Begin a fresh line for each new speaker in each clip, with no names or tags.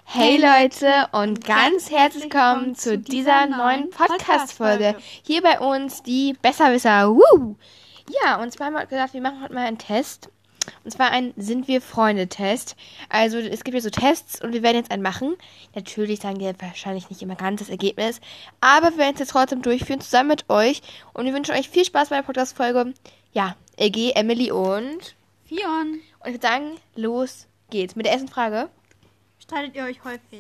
Hey Leute und ganz herzlich willkommen zu dieser neuen Podcast-Folge. Hier bei uns die Besserwisser. Woo! Ja, und zwar haben wir gesagt, wir machen heute mal einen Test. Und zwar einen Sind-wir-Freunde-Test. Also es gibt ja so Tests und wir werden jetzt einen machen. Natürlich sagen wir wahrscheinlich nicht immer ganz das Ergebnis. Aber wir werden es jetzt trotzdem durchführen, zusammen mit euch. Und wir wünschen euch viel Spaß bei der Podcast-Folge. Ja, LG, Emily und
Fion.
Und ich würde sagen, los geht's. Mit der ersten Frage.
Streitet ihr euch häufig?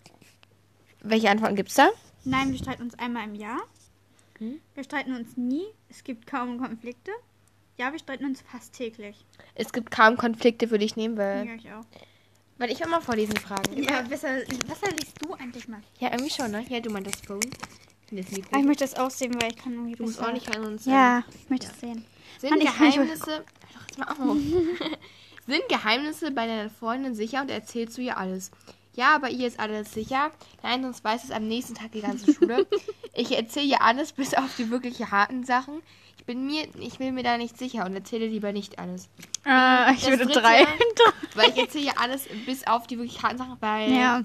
Welche Antworten gibt's da?
Nein, wir streiten uns einmal im Jahr. Wir streiten uns nie. Es gibt kaum Konflikte. Ja, wir streiten uns fast täglich.
Es gibt kaum Konflikte, würde ich nehmen, weil...
Ja, ich auch.
Weil ich will mal vorlesen Fragen.
Ja, besser liest du eigentlich mal.
Ja, irgendwie schon, ne? Ja, du meinst das Phone.
Ich möchte das aussehen, weil ich kann irgendwie
Du musst auch nicht an uns
Ja, ich möchte es sehen.
Sind Geheimnisse... Doch, jetzt mal auf. Sind Geheimnisse bei deiner Freundin sicher und erzählst du ihr alles? Ja, bei ihr ist alles sicher. Nein, sonst weiß es am nächsten Tag die ganze Schule. Ich erzähle ihr alles, bis auf die wirklich harten Sachen. Ich bin mir da nicht sicher und erzähle lieber nicht alles.
Ich würde 3.
Weil ich erzähle ihr alles, bis auf die wirklich harten Sachen, weil...
Ja.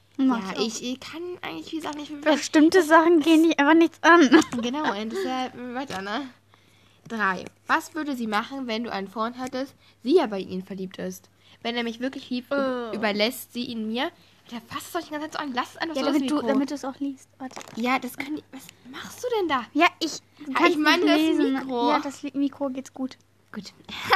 Ich kann eigentlich viele Sachen nicht...
Bestimmte Sachen gehen dich einfach nichts an.
Genau, und deshalb weiter, ne? 3. Was würde sie machen, wenn du einen Freund hattest, sie aber in ihn verliebt ist? Wenn er mich wirklich liebt, überlässt sie ihn mir? Ja, fass es doch nicht die ganze Zeit so an. Lass es einfach so
damit du es auch liest. Warte.
Ja, das kann... Was machst du denn da?
Ja, ich
meine das Mikro.
Ja, das Mikro geht's gut.
Gut.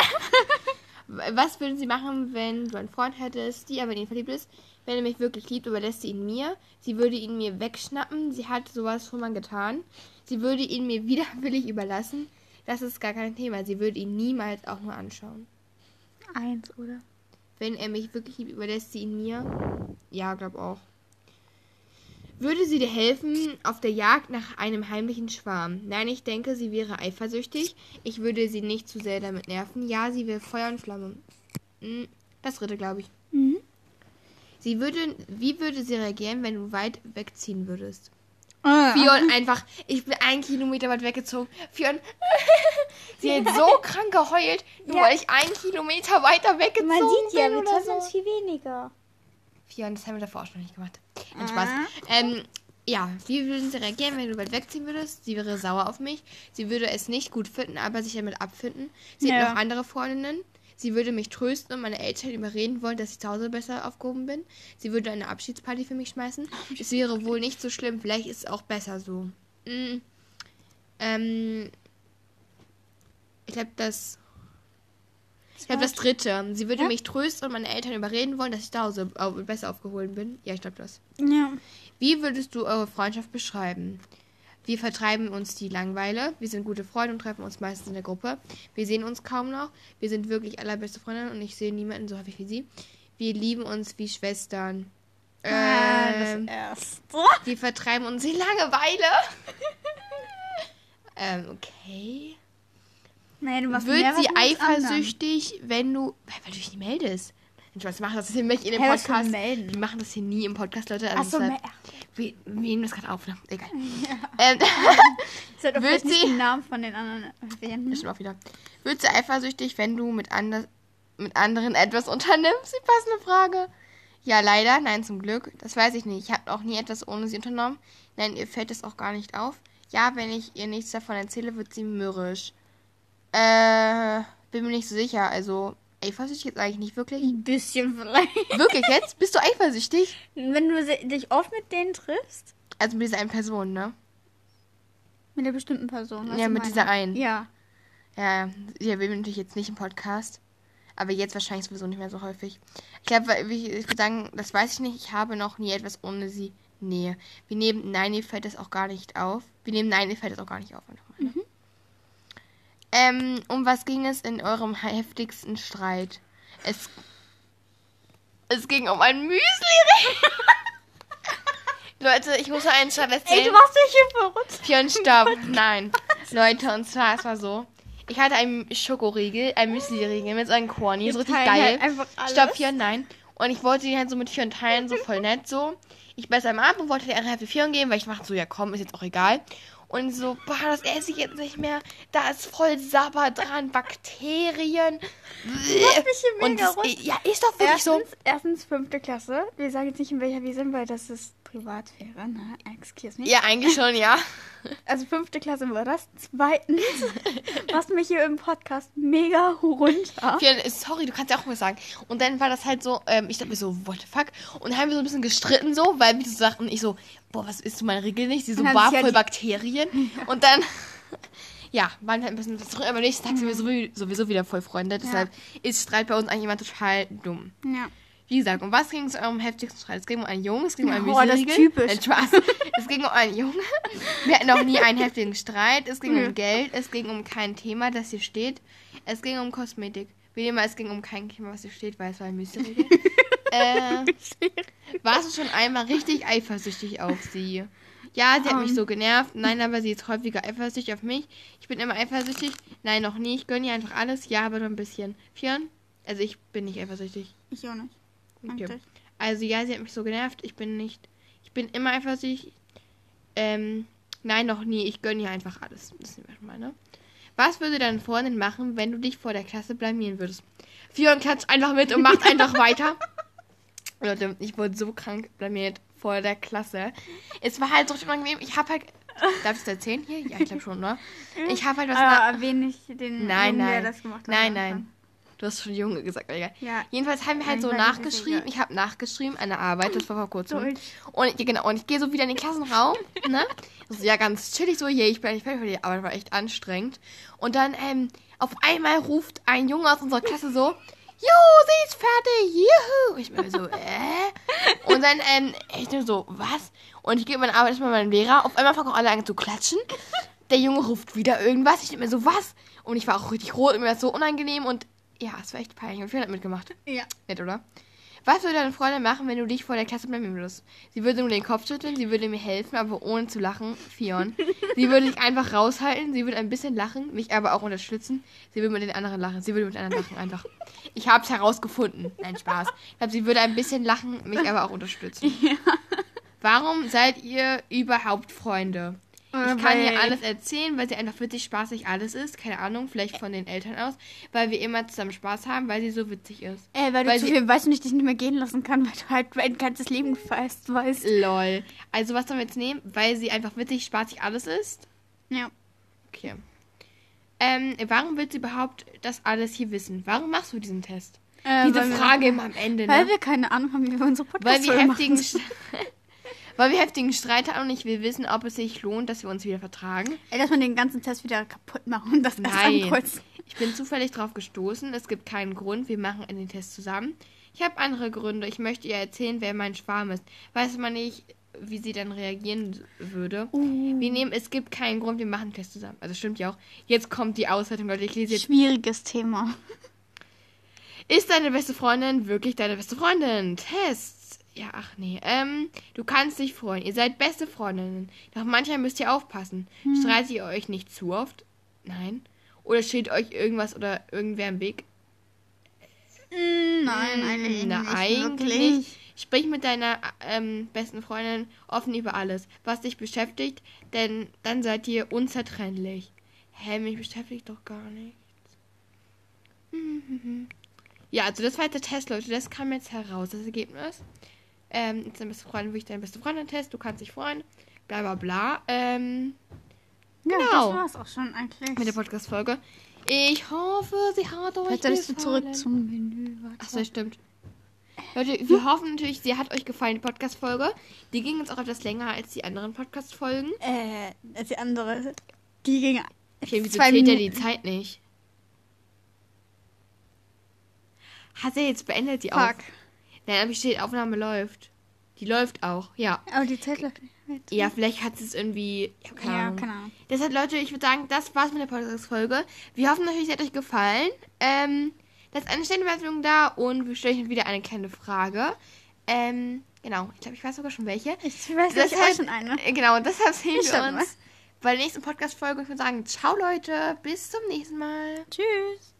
Was würden sie machen, wenn du einen Freund hättest, die aber in ihn verliebt ist? Wenn er mich wirklich liebt, überlässt sie ihn mir. Sie würde ihn mir wegschnappen. Sie hat sowas schon mal getan. Sie würde ihn mir widerwillig überlassen. Das ist gar kein Thema. Sie würde ihn niemals auch nur anschauen.
1, oder?
Wenn er mich wirklich liebt, überlässt sie ihn mir. Ja, glaub auch. Würde sie dir helfen auf der Jagd nach einem heimlichen Schwarm? Nein, ich denke, sie wäre eifersüchtig. Ich würde sie nicht zu sehr damit nerven. Ja, sie wäre Feuer und Flamme. Das 3., glaube ich. Wie würde sie reagieren, wenn du weit wegziehen würdest? Fion einfach, ich bin 1 Kilometer weit weggezogen. Fion, sie hat so krank geheult, nur weil ich 1 Kilometer weiter weggezogen bin.
Man sieht ja, wir
oder
treffen
so.
uns viel weniger.
Fion, das haben wir davor auch schon nicht gemacht. Ein Spaß. Ja, wie würden sie reagieren, wenn du weit wegziehen würdest? Sie wäre sauer auf mich. Sie würde es nicht gut finden, aber sich damit abfinden. Sie hat noch andere Freundinnen. Sie würde mich trösten und meine Eltern überreden wollen, dass ich zu Hause besser aufgehoben bin. Sie würde eine Abschiedsparty für mich schmeißen. Es wäre wohl nicht so schlimm. Vielleicht ist es auch besser so. Ich glaube, das 3. Sie würde mich trösten und meine Eltern überreden wollen, dass ich zu Hause besser aufgehoben bin. Ja, ich glaube das.
Ja.
Wie würdest du eure Freundschaft beschreiben? Wir vertreiben uns die Langeweile. Wir sind gute Freunde und treffen uns meistens in der Gruppe. Wir sehen uns kaum noch. Wir sind wirklich allerbeste Freundinnen und ich sehe niemanden so häufig wie sie. Wir lieben uns wie Schwestern.
Das erste.
Wir vertreiben uns die Langeweile. Okay.
Nein, du machst
Wird sie eifersüchtig, wenn du... Weil du dich nicht meldest. Was machen das hier nicht in dem Podcast? Wir machen das hier nie im Podcast, Leute. Also wir nehmen das gerade auf, ne? Egal.
Ja. Das hat wird sie den Namen von den anderen erwähnen.
Stimmt auch wieder. Wird sie eifersüchtig, wenn du mit anderen etwas unternimmst? Die passende Frage. Ja, leider. Nein, zum Glück. Das weiß ich nicht. Ich habe auch nie etwas ohne sie unternommen. Nein, ihr fällt es auch gar nicht auf. Ja, wenn ich ihr nichts davon erzähle, wird sie mürrisch. Bin mir nicht so sicher. Also... Eifersüchtig jetzt eigentlich nicht wirklich?
Ein bisschen vielleicht.
Wirklich jetzt? Bist du eifersüchtig?
Wenn du dich oft mit denen triffst?
Also mit dieser einen Person, ne?
Mit der bestimmten Person.
Ja, mit dieser einen.
Ja.
Ja, will wir natürlich jetzt nicht im Podcast. Aber jetzt wahrscheinlich sowieso nicht mehr so häufig. Ich glaube, ich würde sagen, das weiß ich nicht. Ich habe noch nie etwas ohne sie. Nee. Nein, ihr fällt das auch gar nicht auf. Nein, ihr fällt das auch gar nicht auf. Um was ging es in eurem heftigsten Streit? Es ging um ein Müsli. Leute, ich muss noch einen Scheiß erzählen.
Ey, du machst dich hier verrückt.
Fion, stopp. Nein. Leute, und zwar, es war so. Ich hatte einen Schokoriegel, einen Müsli-Riegel mit so einem Corny, so richtig geil.
Halt
Stopp, Fion, nein. Und ich wollte ihn halt so mit Fion teilen, so voll nett so. Ich beiß einmal ab und wollte die andere Hälfte Fion geben, weil ich dachte so, ja komm, ist jetzt auch egal. Und so, boah, das esse ich jetzt nicht mehr. Da ist voll Sabber dran, Bakterien. Und das, ja, ist doch wirklich so.
Erstens 5. Klasse. Wir sagen jetzt nicht, in welcher wir sind, weil das ist Privatsphäre, ne? Excuse me.
Ja, eigentlich schon, ja.
Also 5. Klasse war das. Zweitens, was mich hier im Podcast mega runter.
Sorry, du kannst ja auch mal sagen. Und dann war das halt so, ich dachte mir so, what the fuck? Und dann haben wir so ein bisschen gestritten so, weil wir so sagten, ich so, boah, was isst du meine Regel nicht? Sie so, war voll Bakterien. Ja. Und dann, ja, waren halt ein bisschen zurück. Aber nächsten Tag sind wir sowieso wieder voll Freunde. Deshalb ist Streit bei uns eigentlich immer total dumm.
Ja.
Wie gesagt, um was ging es am heftigsten Streit? Es ging um einen Jungen, es ging um einen
Müsli-Riegel. Das ist typisch.
Spaß. Es ging um einen Jungen. Wir hatten noch nie einen heftigen Streit. Es ging um Geld. Es ging um kein Thema, das hier steht. Es ging um Kosmetik. Wie immer, es ging um kein Thema, was hier steht, weil es war ein Müsli-Riegel. Warst du schon einmal richtig eifersüchtig auf sie? Ja, sie hat mich so genervt. Nein, aber sie ist häufiger eifersüchtig auf mich. Ich bin immer eifersüchtig. Nein, noch nie. Ich gönne ihr einfach alles. Ja, aber nur ein bisschen. Fionn? Also ich bin nicht eifersüchtig.
Ich auch nicht.
Okay. Also ja, sie hat mich so genervt. Ich bin immer eifersüchtig. Nein, noch nie. Ich gönne ihr einfach alles. Das ist nicht meine. Was würde deine Freundin machen, wenn du dich vor der Klasse blamieren würdest? Fionn klatscht einfach mit und macht einfach weiter. Leute, ich wurde so krank blamiert vor der Klasse. Es war halt so unangenehm. Ich habe halt... Darf ich es erzählen hier? Ja, ich glaube schon, ne? Ich habe halt was...
erwähne ich den Jungen, der das gemacht hat?
Nein. Du hast schon Junge gesagt, egal.
Ja.
Jedenfalls haben wir halt so nachgeschrieben. Ich habe nachgeschrieben, eine Arbeit, das war vor kurzem. Und ich gehe so wieder in den Klassenraum, ne? So, ja, ganz chillig so, ich bin eigentlich fertig, weil die Arbeit war echt anstrengend. Und dann, auf einmal ruft ein Junge aus unserer Klasse so, jo, sie ist fertig, juhu. Ich bin so, Und dann, ich nur so, was? Und ich gebe meine Arbeit erstmal meinem Lehrer. Auf einmal fangen auch alle an zu klatschen. Der Junge ruft wieder irgendwas. Ich denke mir so, was? Und ich war auch richtig rot und mir war so unangenehm und ja, es war echt peinlich. Und Fionn hat mitgemacht.
Ja.
Nett, oder? Was würde deine Freundin machen, wenn du dich vor der Klasse blamieren würdest? Sie würde nur den Kopf schütteln, sie würde mir helfen, aber ohne zu lachen. Fionn. Sie würde dich einfach raushalten, sie würde ein bisschen lachen, mich aber auch unterstützen. Sie würde mit den anderen lachen. Sie würde mit anderen lachen, einfach. Ich habe es herausgefunden. Nein, Spaß. Ich glaube, sie würde ein bisschen lachen, mich aber auch unterstützen.
Ja.
Warum seid ihr überhaupt Freunde? Ich kann ihr alles erzählen, weil sie einfach witzig, spaßig alles ist. Keine Ahnung, vielleicht von den Eltern aus. Weil wir immer zusammen Spaß haben, weil sie so witzig ist.
Weil du zu viel weißt und ich dich nicht mehr gehen lassen kann, weil du halt dein ganzes Leben fest weißt.
Lol. Also was sollen wir jetzt nehmen? Weil sie einfach witzig, spaßig alles ist?
Ja.
Okay. Warum willst du überhaupt das alles hier wissen? Warum machst du diesen Test? Diese Frage immer am Ende, ne?
Weil wir keine Ahnung haben, wie wir unsere Podcasts machen.
Weil wir heftigen Streit haben und ich will wissen, ob es sich lohnt, dass wir uns wieder vertragen.
Dass wir den ganzen Test wieder kaputt machen und das erst ankreuzen.
Ich bin zufällig drauf gestoßen. Es gibt keinen Grund. Wir machen den Test zusammen. Ich habe andere Gründe. Ich möchte ihr erzählen, wer mein Schwarm ist. Weiß man nicht, wie sie dann reagieren würde. Es gibt keinen Grund, wir machen den Test zusammen. Also stimmt ja auch. Jetzt kommt die Auswertung, Leute. Ich lese jetzt.
Schwieriges Thema.
Ist deine beste Freundin wirklich deine beste Freundin? Test. Ja, ach nee. Du kannst dich freuen. Ihr seid beste Freundinnen. Doch manchmal müsst ihr aufpassen. Streitet ihr euch nicht zu oft? Nein. Oder steht euch irgendwas oder irgendwer im Weg?
Nein, eigentlich nicht.
Sprich mit deiner besten Freundin offen über alles, was dich beschäftigt, denn dann seid ihr unzertrennlich. Mich beschäftigt doch gar nichts. Ja, also das war jetzt der Test, Leute. Das kam jetzt heraus, das Ergebnis. Jetzt deine beste Freundin, wirklich deine beste Freundin-Test. Du kannst dich freuen. Bla, bla, bla. Genau.
Das war's auch schon eigentlich.
Mit der Podcast-Folge. Ich hoffe, sie hat euch gefallen.
Jetzt du zurück zum Menü.
Achso, stimmt. Leute, wir hoffen natürlich, sie hat euch gefallen, die Podcast-Folge. Die ging jetzt auch etwas länger als die anderen Podcast-Folgen.
Als die andere. Die ging
okay, wieso zählt ja die Zeit nicht? Hat sie jetzt beendet die Aufnahme? Nein, aber steht, Aufnahme läuft. Die läuft auch, ja.
Aber die Zeit läuft nicht.
Ja, vielleicht hat sie es irgendwie...
Keine Ahnung.
Deshalb, Leute, ich würde sagen, das war's mit der Podcast-Folge. Wir hoffen natürlich, sie hat euch gefallen. Lasst eine Sternebewertung da und wir stellen euch wieder eine kleine Frage. Genau, ich glaube, ich weiß sogar schon welche.
Ich weiß auch schon eine.
Genau, deshalb sehen wir uns bei der nächsten Podcast-Folge. Ich würde sagen, ciao Leute, bis zum nächsten Mal.
Tschüss.